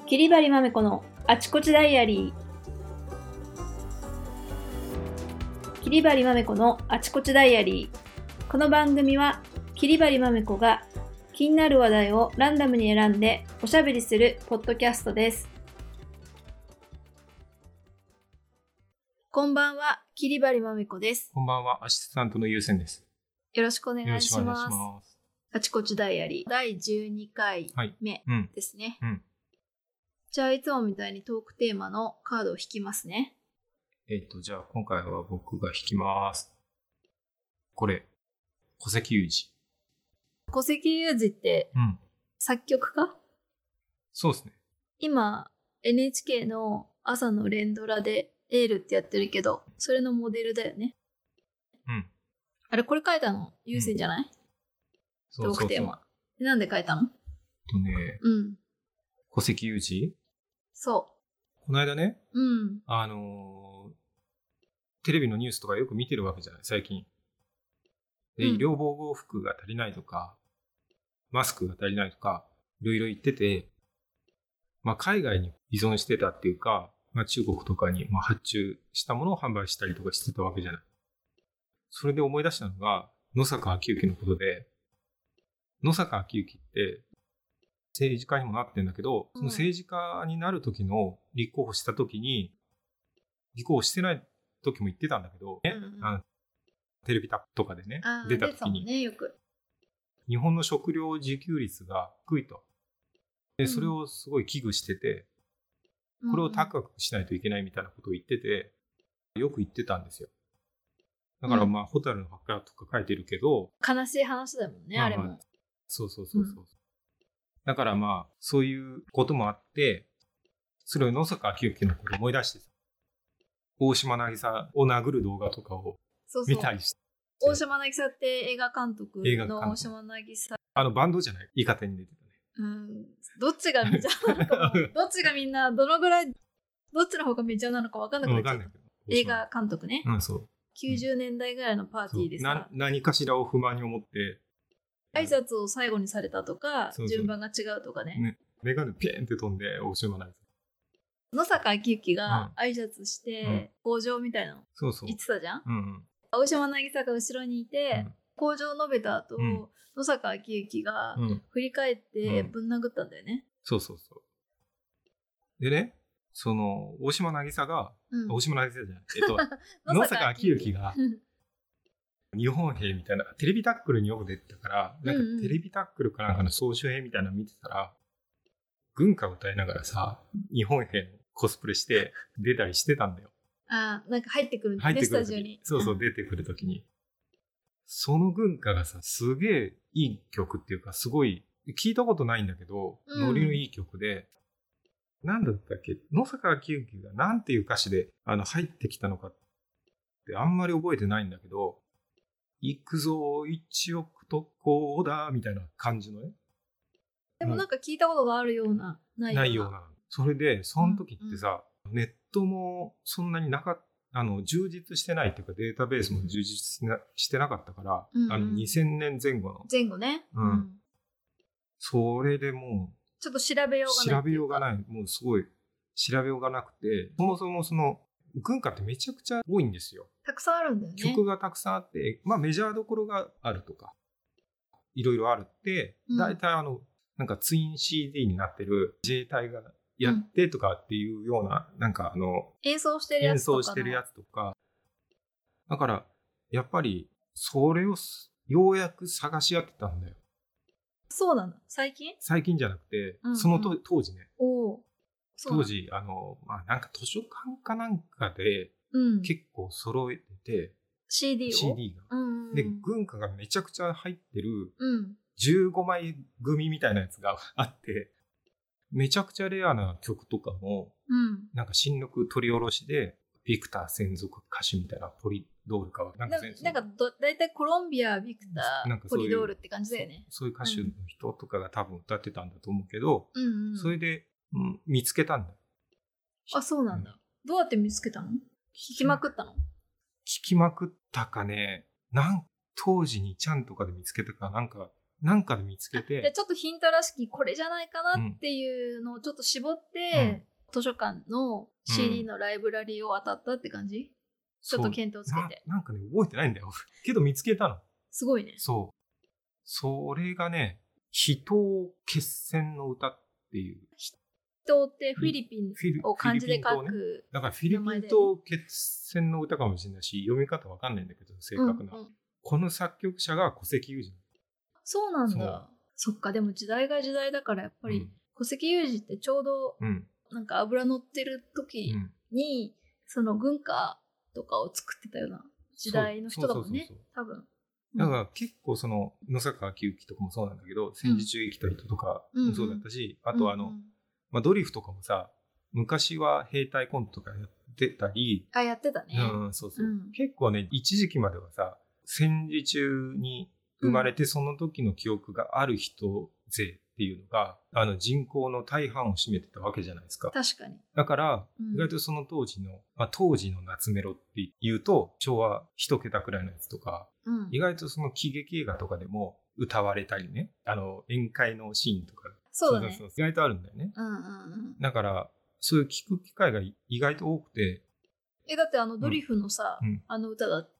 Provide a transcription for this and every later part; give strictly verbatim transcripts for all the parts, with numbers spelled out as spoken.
桐張まめこのあちこちダイアリー。桐張まめこのあちこちダイアリー。この番組は桐張まめこが気になる話題をランダムに選んでおしゃべりするポッドキャストです。こんばんは、桐張まめこです。 こんばんは、アシスタントのゆうせんです。 よろしくお願いします。 よろしくお願いします。 あちこちダイアリーだいじゅうにかいめですね。 はいうんうん、 じゃあいつもみたいにトークテーマのカードを引きますね。 えっと、じゃあ今回は僕が引きます。これ、小関裕二。 小関裕二って、うん、作曲家？ そうですね。 今 エヌエイチケー の朝の連ドラでエールってやってるけど、それのモデルだよね。 うん。 あれこれ書いたの優先じゃない？うん、 そうそうそう。 トークテーマ。なんで書いたの？ とね、 うん。 小関裕二？ そう。 この間ね、 うん。 あのー、テレビのニュースとかよく見てるわけじゃない、最近。で、医療防護服が足りないとか、マスクが足りないとか、いろいろ言ってて、まあ海外に依存してたっていうか、まあ中国とかにまあ発注したものを販売したりとかしてたわけじゃない。それで思い出したのが、野坂昭之のことで、野坂昭之って政治家にもなってんだけど、その政治家になる時の立候補した時に、立候補してない時も言ってたんだけど、ねうんうん、あのテレビとかでね、出た時に、 ね、よく日本の食料自給率が低いと。で、それをすごい危惧してて、うん、これを高くしないといけないみたいなことを言ってて、よく言ってたんですよ。だからまあ、ホタルの墓とか書いてるけど、 悲しい話だもんね、まあまあ、あれも。 そうそうそうそう。うん、だからまあ、そういうこともあって、それを野坂昭之のことを思い出してさ、大島渚を殴る動画とかを見たりして。 そうそう大島渚って映画監督の大島渚。 あのバンドじゃない、言い方に出てたね。 うん。どっちがメジャーなのかも、どっちがみんな、どのぐらい、どっちの方がメジャーなのか分かんなくなっちゃった。映画監督ね。 うん、そう。 きゅうじゅうねんだいぐらいのパーティーでさ、 な何かしらを不満に思って、 挨拶を最後にされたとか、そうそう順番が違うとかね。 ねメガネピーンって飛んで大島渚。 野坂昭之が挨拶して、工場みたいなの言ってたじゃん、 うんうん、 大島渚が後ろにいて、うん、工場を述べた後、うん、野坂昭之が振り返ってぶん殴ったんだよね、うん、 そうそうそう。でね、その大島渚が、うん、大島渚じゃない、えっと野坂昭之が日本兵みたいなテレビタックルによく出てたから、なんかテレビタックルかなんかの総集編みたいなの見てたら、軍歌歌いながらさ、日本兵のコスプレして出たりしてたんだよ。 ああ、なんか入ってくるんだね、スタジオに。 そうそう、出てくるときに。その軍歌がさ、すげえいい曲っていうか、すごい、聞いたことないんだけど、うん、ノリのいい曲で、なんだったっけ、野坂昭之がなんていう歌詞であの入ってきたのかってあんまり覚えてないんだけど、行くぞ一億特攻だみたいな感じのね。 でもなんか聞いたことがあるような、ないような。 ないような。それで、その時ってさ、うんうん、ネットもそんなになかった、あの、充実してないっていうか、データベースも充実してなかったから、うんうん、あの、にせんねんぜん後の。 前後ね。 うん。うん、それでもう、 ちょっと調べようがない。 調べようがない。もうすごい、調べようがなくて、そもそもその、軍歌ってめちゃくちゃ多いんですよ。 たくさんあるんだよね。 曲がたくさんあって、まあメジャーどころがあるとか、いろいろあるって、だいたいあの、なんかツイン シーディー になってる自衛隊がやってとかっていうような、うん、なんかあの、 演奏してるやつとか。 演奏してるやつとか。だから、やっぱり、それをようやく探し当てたんだよ。 そうなんだ。最近？ 最近じゃなくて、うんうん、そのと当時ね。 お当時、あの、まあ、なんか図書館かなんかで、結構揃えてて、うん、 シーディー をシーディー が、 うんうん。 で、軍歌がめちゃくちゃ入ってる、 うん、 じゅうごまい組みたいなやつがあって、めちゃくちゃレアな曲とかも、 うん、 なんか新録取り下ろしで、ビクター専属歌手みたいな、ポリドールかは、 なんかなんかどだいたいコロンビア、ビクター、ポリドールって感じだよね。 そういう歌手の人とかが多分歌ってたんだと思うけど、 うんうん、 それで、うん、見つけたんだ。 あ、そうなんだ。うん、どうやって見つけたの？聞きまくったの？ 聞きまくったかね、なん当時にちゃんとかで見つけたかなんかなんかで見つけでて、 ちょっとヒントらしきこれじゃないかなっていうのをちょっと絞って、うん、図書館の シーディー のライブラリーを当たったって感じ、うん、ちょっと見当つけてな。なんかね、覚えてないんだよ。けど見つけたの。すごいね。 そう。それがね、人を決戦の歌っていう。 人ってフィリピンを漢字で書く、ね。 だからフィリピン島決戦の歌かもしれないし、読み方わかんないんだけど、正確な。うんうん、この作曲者が古関裕二。 そうなんだ。そっか、でも時代が時代だからやっぱり、うん、古関裕二ってちょうど、なんか油乗ってる時に、うん、その軍歌とかを作ってたような時代の人だもんね。多分。 だから結構その野坂昭之とかもそうなんだけど、戦時中生きた人とかもそうだったし、うん、あとあの、うんうん、まあ、ドリフとかもさ、昔は兵隊コントとかやってたり。 あ、やってたね。 うん、そうそう。うん、結構ね、一時期まではさ、戦時中に生まれてその時の記憶がある人勢っていうのが、あの人口の大半を占めてたわけじゃないですか。 確かに。 だから、うん、意外とその当時の、まあ、当時の夏メロって言うと、昭和一桁くらいのやつとか、うん、意外とその喜劇映画とかでも歌われたりね、あの宴会のシーンとか、 そうだね。そうそうそう意外とあるんだよね。 うんうんうん。 だから、そういう聞く機会が意外と多くて。 え、だってあのドリフのさ、うん、あの歌だって。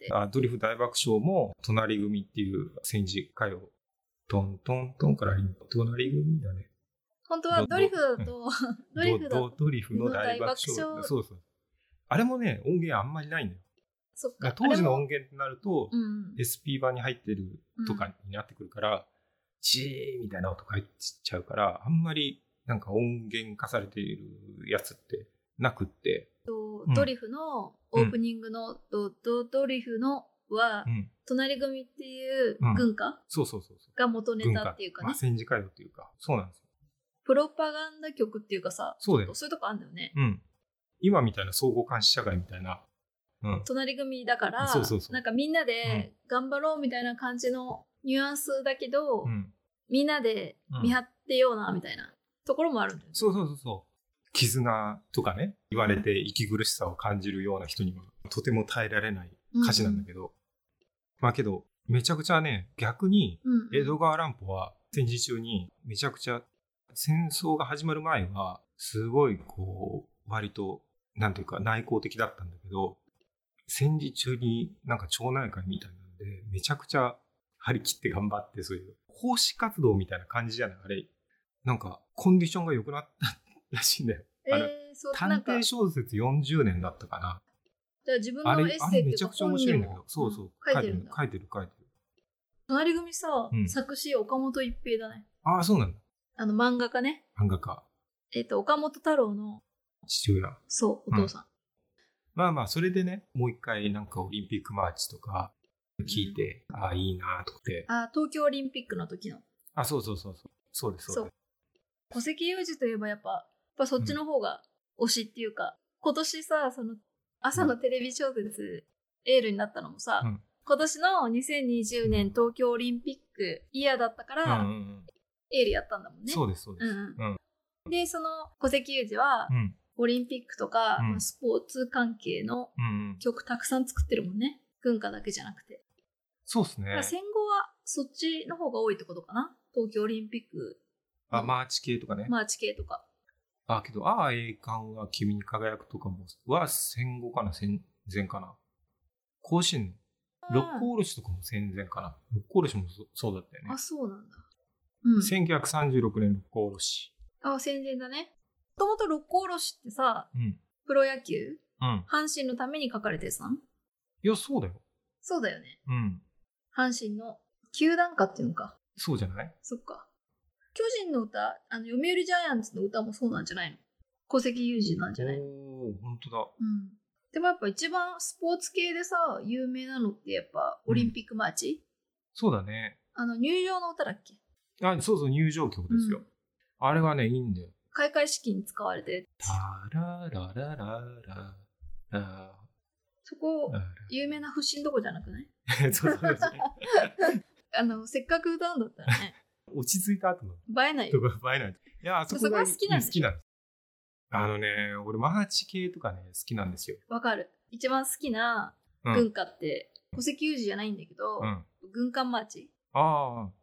あ、ドリフ大爆笑も、隣組っていう戦時歌謡。トントントンから隣組だね。 本当はドリフだと、 ドリフだとドリフの大爆笑。そうそう。あれもね、音源あんまりないんだよ。 そっか。 当時の音源ってなると、うん、エスピー 版に入ってるとかになってくるから、チーみたいな音が入っちゃうから、あんまりなんか音源化されているやつってなくって。 とドリフのオープニングのドドドリフのは、うん、隣組っていう軍歌、うん、 そうそうそうが元ネタっていうかね。 まあ、戦時歌謡っていうか、そうなんですよ。 プロパガンダ曲っていうかさ、 そうだよ。 そういうとこあるんだよね。 うん。今みたいな相互監視社会みたいな。 うん、隣組だから、そうそうそう、なんかみんなで頑張ろうみたいな感じのニュアンスだけど、うん、みんなで見張ってようなみたいなところもあるんだよね。 そうそうそうそう。絆とかね、言われて息苦しさを感じるような人にはとても耐えられない歌詞なんだけど、うんうん、まあけど、めちゃくちゃね、逆に、江戸川乱歩は戦時中にめちゃくちゃ戦争が始まる前は、すごいこう、割と、なんていうか内向的だったんだけど、戦時中になんか町内会みたいなんで、めちゃくちゃ張り切って頑張って、そういう奉仕活動みたいな感じじゃないあれ。なんか、コンディションが良くなったらしいんだよ。 えー、そう探偵小説よんじゅうねんだったかな。 じゃあ自分のエッセイっていうか、あれめちゃくちゃ面白いんだけど、 そうそう、 書いてるんだ。 書いてる、書いてる。 隣組さ、うん、作詞岡本一平だね。 ああ、そうなんだ。 あの漫画家ね。 漫画家。 えっ、ー、と、岡本太郎の父親。 そう、お父さん。うん、 まあまあ、それでね、もう一回なんかオリンピックマーチとか聞いて、うん、ああ、いいなと思って。 ああ、東京オリンピックの時の。 あ、そうそうそうそう。そうです、そうです。 戸籍有事といえばやっぱ、やっぱそっちの方が推しっていうか、うん、今年さ、その、朝のテレビ小説、うん、エールになったのもさ、うん、今年のにせんにじゅうねん東京オリンピックイヤーだったから、うんうんうん、エールやったんだもんね。 そうです、そうです。うんうんうん、で、その戸籍有事は、うん、オリンピックとか、うん、スポーツ関係の曲たくさん作ってるもんね。軍歌だけじゃなくて。 そうですね。 戦後はそっちの方が多いってことかな。東京オリンピック。 あ、マーチ系とかね。 マーチ系とか。 あ、けど、ああ、栄冠は君に輝くとかも、は戦後かな、戦前かな。甲子園、六甲おろしとかも戦前かな。六甲おろしも そ, そうだったよね。 あ、そうなんだ。うん。 せんきゅうひゃくさんじゅうろくねん六甲おろし。 あ、戦前だね。もともと六甲おろしってさ、うん、プロ野球、うん、阪神のために書かれてるさん？ いや、そうだよ。 そうだよね。 うん。 阪神の球団歌っていうのか。 そうじゃない？ そっか。巨人の歌、あの、読売ジャイアンツの歌もそうなんじゃないの？戸籍有事なんじゃないの？ おー、ほんとだ。 うん。でもやっぱ一番スポーツ系でさ、有名なのってやっぱオリンピックマーチ、うん、 そうだね。 あの、入場の歌だっけ？ あ、そうそう、入場曲ですよ。うん、あれがね、いいんだよ。 開会式に使われて。 タララララララ。 そこ、有名な不審どこじゃなくない？ そうそうですね。 あの、せっかく歌うんだったらね。 落ち着いた後の。 映えないよ。 映えない。いや、あそこが好きなんです。好きなんです。あのね、俺、マーチ系とかね、好きなんですよ。 わかる。一番好きな軍歌って、戸籍有事じゃないんだけど、うん、軍艦マーチ。 ああ。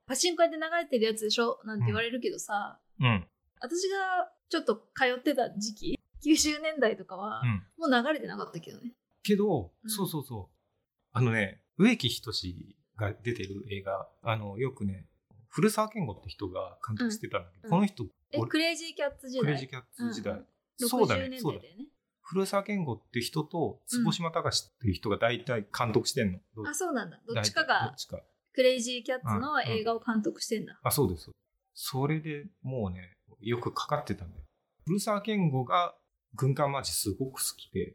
パチンコ屋で流れてるやつでしょなんて言われるけどさ、 うん。 私がちょっと通ってた時期、きゅうじゅうねんだいとかは、もう流れてなかったけどね。 けど、うん、そうそうそう。あのね、植木仁が出てる映画、あの、よくね、古澤健吾って人が監督してたんだけど、うん、この人、 え、クレイジーキャッツ時代クレイジーキャッツ時代。 うんうん、そうだね、そうだね。 古澤健吾って人と坪島隆っていう人が大体監督してんの。 うん、あ、そうなんだ。どっちかがクレイジーキャッツの映画を監督してんだ。 うんうん、あ、そうです。それでもうね、よくかかってたんだよ。古澤健吾が軍艦マーチすごく好きで。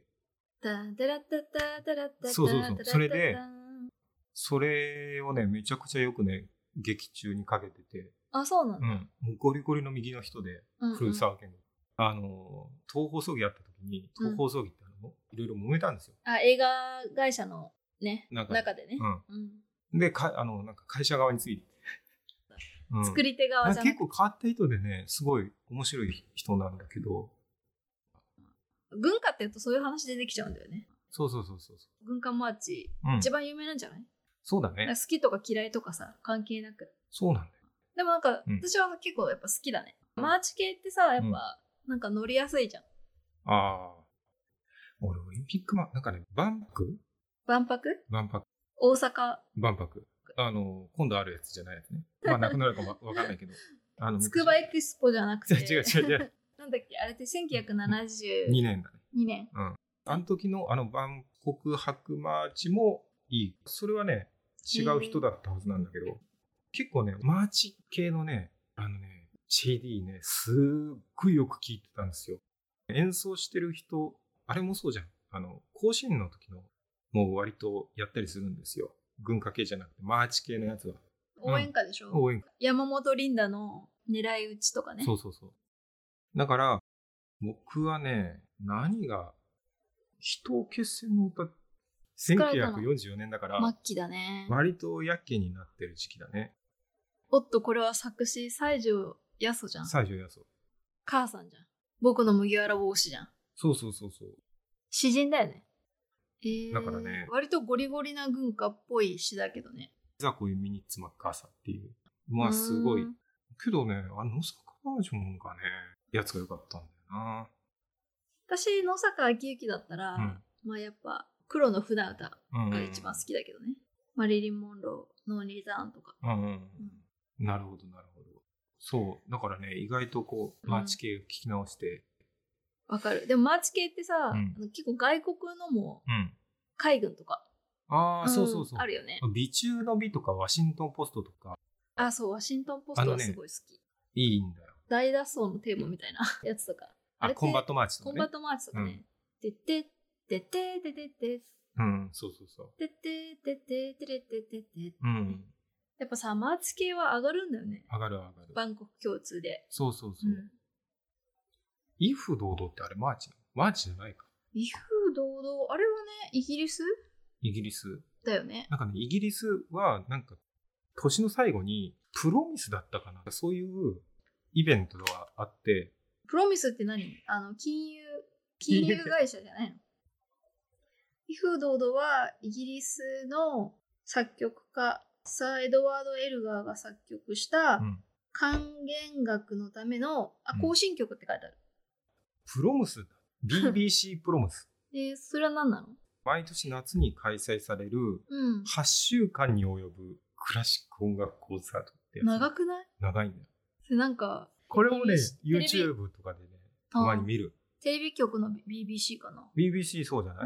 そうそうそう。それで、それをね、めちゃくちゃよくね、劇中にかけてて。 あ、そうなんだ。 うん。もうゴリゴリの右の人で、うんうん、古澤健吾。あの、東方葬儀やった時に、東方葬儀ってあの、いろいろ揉めたんですよ。 あ、映画会社のね、中で, 中でね。 うん。うん、で、か、あの、なんか会社側について。 うん、作り手側じゃなくて。 結構変わった人でね、すごい面白い人なんだけど。 軍歌って言うとそういう話でできちゃうんだよね。 そうそうそうそう。 軍艦マーチ、うん、一番有名なんじゃない？ そうだね。 好きとか嫌いとかさ、関係なく。 そうなんだよ。 でもなんか、うん、私は結構やっぱ好きだね。マーチ系ってさ、やっぱ、なんか乗りやすいじゃん。 ああ。俺、オリンピックマン、なんかね、万博万博万博。 大阪。 万博。あの、今度あるやつじゃないやつね。まあ、なくなるかもわかんないけど。 あの、つくばエクスポじゃなくて。 違う違う違う。 なんだっけあれってせんきゅうひゃくななじゅうにねんだね。 にねん。 うん。あの時のあの万国博マーチもいい。それはね、違う人だったはずなんだけど、結構ね、マーチ系のね、あのね、シーディー ね、すっごいよく聴いてたんですよ。演奏してる人、あれもそうじゃん。あの、甲子園の時の、もう割とやったりするんですよ。軍歌系じゃなくて、マーチ系のやつは。 応援歌でしょ、うん、応援歌。山本リンダの狙い撃ちとかね。 そうそうそう。だから、僕はね、何が、人決戦の歌、せんきゅうひゃくよんじゅうよねんだから、 末期だね。 割とやけになってる時期だね。 おっと、これは作詞、西条八十じゃん。 西条八十。 母さんじゃん。僕の麦わら帽子じゃん。 そうそうそうそう。 詩人だよね。えー、 だからね。 割とゴリゴリな軍歌っぽい詩だけどね。 ザコイミニッツマッカーサーっていう。まあすごい。けどね、あの野坂バージョンがね、やつが良かったんだよな。 私、野坂昭之だったら、うん、まあやっぱ、黒の船歌が一番好きだけどね。うん、マリリン・モンロー、ノーニー・ザーンとか。 うんうんうん、なるほど、なるほど。そう。だからね、意外とこう、マーチ系を聞き直して。 わ、うん、かる。でもマーチ系ってさ、うん、結構外国のも、うん、海軍とか。 ああ、そうそうそう。 あるよね。 美中の美とか、ワシントンポストとか。 あ、そう、ワシントンポストはすごい好き。 ね、いいんだよ。 大脱走のテーマみたいなやつとか。 あれコンバットマーチとかね。 コンバットマーチとかね。てってってってってってって。 うん、そうそうそう。 てってってってってってってって。 うん。 やっぱさ、マーチ系は上がるんだよね。 上がる上がる。 バンコク共通で。 そうそうそう。うん、威風堂々ってあれマーチなの？マーチじゃないか。 威風堂々、あれはね、イギリス？ イギリス。 だよね。 なんかね、イギリスは、なんか、年の最後に、プロミスだったかな。そういうイベントがあって。 プロミスって何？あの、金融、金融会社じゃないの？威風堂々は、イギリスの作曲家、サー・エドワード・エルガーが作曲した管弦楽のための、うん、あ、行進曲って書いてある。 プロムスだ。ビービーシー プロムス。 えー、それは何なの？ 毎年夏に開催されるはっしゅうかんに及ぶクラシック音楽コンサートってやつ。 長くない？ 長いんだよ。 それなんか、 これもね、YouTube とかでね、たまに見る。 テレビ局の ビービーシー かな？ ビービーシー そうじゃない？うん、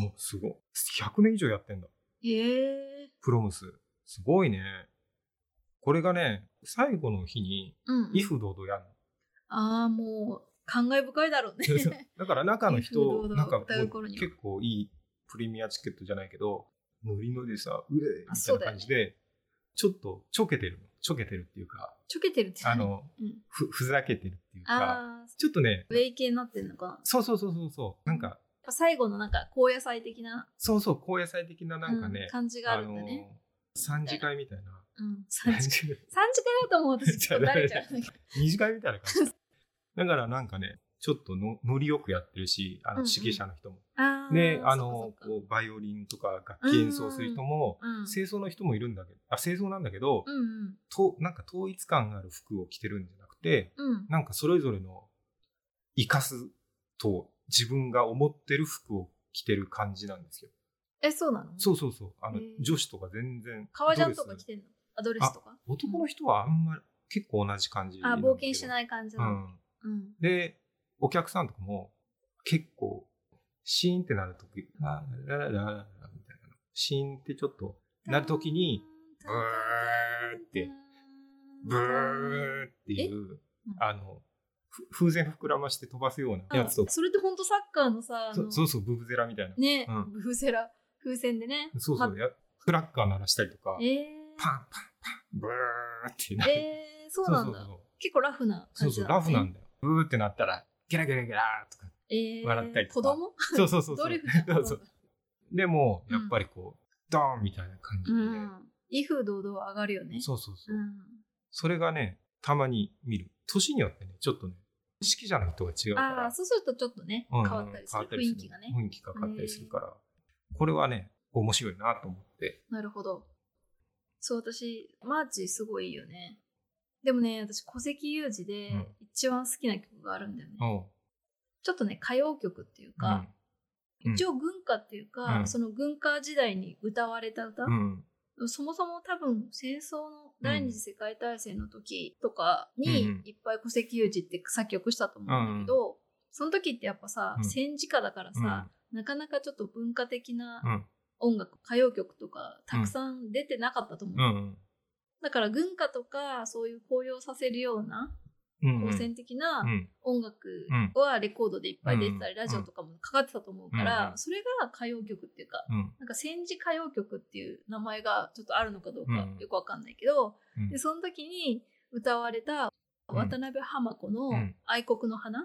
もうすごい。ひゃくねん以上やってんだ。 へえ。 プロムス。すごいね。これがね、最後の日に、威風堂々やるの。 ああ、もう、感慨深いだろうね。 だから中の人、なんか結構いいプレミアチケットじゃないけど、ノリノリでさ、うえーみたいな感じで、ちょっとちょけてるの。ちょけてるっていうか。 ちょけてるってあの、うん、ふ、ふざけてるっていうか、ちょっとね。 ウェイ系になってんのかな？ そうそうそうそうそう。なんか、 最後のなんか高野菜的な。 そうそう、高野菜的ななんかね。 うん、感じがあるんだね。 三次会みたいな。 うん。三次会。三次会だと思うとちょっと慣れちゃう。 二次会みたいな感じ。だからなんかね、 ちょっとのノリよくやってるし、あの指揮者の人も。うんうん、で、あのこうバイオリンとか楽器演奏する人も、うんうん、清掃の人もいるんだけど、あ、清掃なんだけど、うんうん、となんか統一感がある服を着てるんじゃなくて、うん、なんかそれぞれの生かすと自分が思ってる服を着てる感じなんですよ。 え、そうなの？ そうそうそう。あの女子とか全然。 革ジャンとか着てんの？あ、ドレスとか？ 男の人はあんまり、結構同じ感じ。 あ、冒険しない感じなの、うんうん。で、お客さんとかも結構シーンってなるとき、ラララララみたいな、シーンってちょっとなるときに、ブーって、ブーっていう、あの、風船膨らまして飛ばすようなやつと。 それってほんとサッカーのさ、 そ, そうそう、ブブゼラみたいな。 ね、うん、ブブゼラ。風船でね。 そうそう、ま、やクラッカー鳴らしたりとか、 えー、 パンパンパン、ブーってなる。 えー、そうなんだ。そうそうそう、結構ラフな感じだ、ね。 そうそう、ラフなんだよ。ブーってなったら、ゲラゲラゲラーとか、笑ったりとか。 えー、子供そうそうそうそう。 ドリフそうそう。 でも、やっぱりこう、うん、ドーンみたいな感じで。うん。 威風堂々上がるよね。 そうそうそう。うん、それがね、たまに見る。年によってね、ちょっとね、指揮者の人が違うから。 ああ、そうするとちょっとね、変わったりする。雰囲気がね。 雰囲気が変わったりするから。これはね、面白いなと思って。 なるほど。そう、私、マーチすごいいいよね。でもね、私、小関裕二で一番好きな曲があるんだよね。うん、ちょっとね、歌謡曲っていうか、うん、一応軍歌っていうか、うん、その軍歌時代に歌われた歌、うん、そもそも多分戦争の第二次世界大戦の時とかにいっぱい小関裕二って作曲したと思うんだけど、うん、その時ってやっぱさ、戦時下だからさ、なかなかちょっと文化的な音楽、歌謡曲とかたくさん出てなかったと思う、うんうん、だから軍歌とかそういう高揚させるような好戦的な音楽はレコードでいっぱい出てたり、ラジオとかもかかってたと思うから、それが歌謡曲っていうか、なんか戦時歌謡曲っていう名前がちょっとあるのかどうかよくわかんないけど、でその時に歌われた渡辺浜子の愛国の花、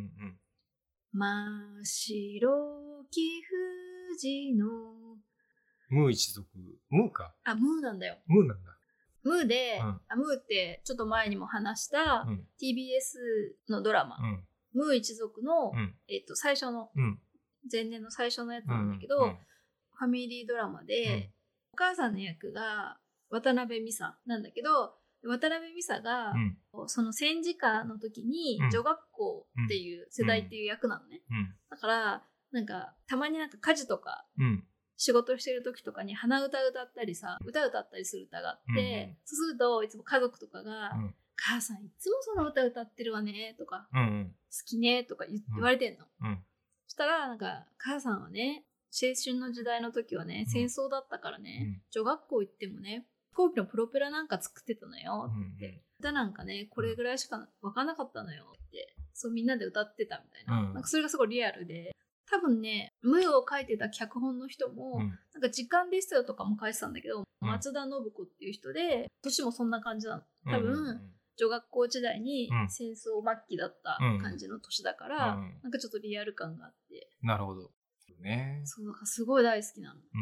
真っ白き富士のムー一族、ムーか。 あ、ムーなんだよ。 ムーなんだ。 ムーで、うん、あムーってちょっと前にも話した ティービーエス のドラマ、うん、ムー一族の、うんえっと、最初の、うん、前年の最初のやつなんだけど、うんうん、ファミリードラマで、うん、お母さんの役が渡辺美沙なんだけど、渡辺美沙が、うん、その戦時下の時に女学校っていう世代っていう役なのね、うんうん、だからなんかたまになんか家事とか、うん仕事してる時とかに鼻歌歌ったりさ、歌歌ったりする歌があって、うん、そうするといつも家族とかが、うん、母さんいつもその歌歌ってるわねとか、うんうん、好きねとか 言, 言われてんの、うん、そしたらなんか母さんはね、青春の時代の時はね、うん、戦争だったからね、うん、女学校行ってもね、飛行機のプロペラなんか作ってたのよって言って、うんうん、歌なんかねこれぐらいしか分かんなかったのよってそうみんなで歌ってたみたいな、うん、なんかそれがすごいリアルで、多分ね、ムーを書いてた脚本の人も、うん、なんか時間リストとかも書いてたんだけど、うん、松田信子っていう人で、年もそんな感じなの。多分、うんうんうん、女学校時代に戦争末期だった感じの年だから、うん、なんかちょっとリアル感があって。 なるほど。ね。 そう、なんかすごい大好きなの。うん。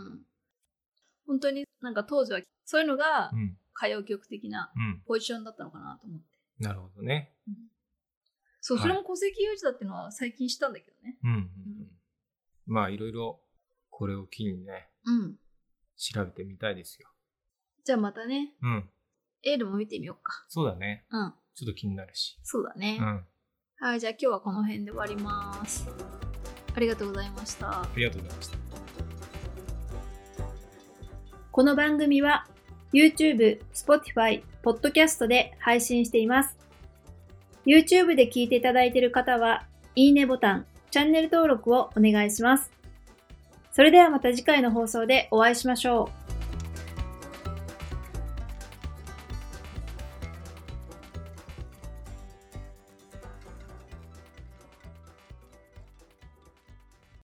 うん、本当になんか当時はそういうのが歌謡曲的なポジションだったのかなと思って。 うん、なるほどね。うんそう、それも小関裕二だっていうのは最近知ったんだけどね。うんうんうん、 まあいろいろこれを機にね、うん、調べてみたいですよ。 じゃあまたね、うん、エールも見てみようか。 そうだね。うん。ちょっと気になるし。 そうだね。うん。はい、じゃあ今日はこの辺で終わります。ありがとうございました。 ありがとうございました。 この番組は YouTube、Spotify、Podcast で配信しています。YouTube で聞いていただいている方は、いいねボタン、チャンネル登録をお願いします。それではまた次回の放送でお会いしましょう。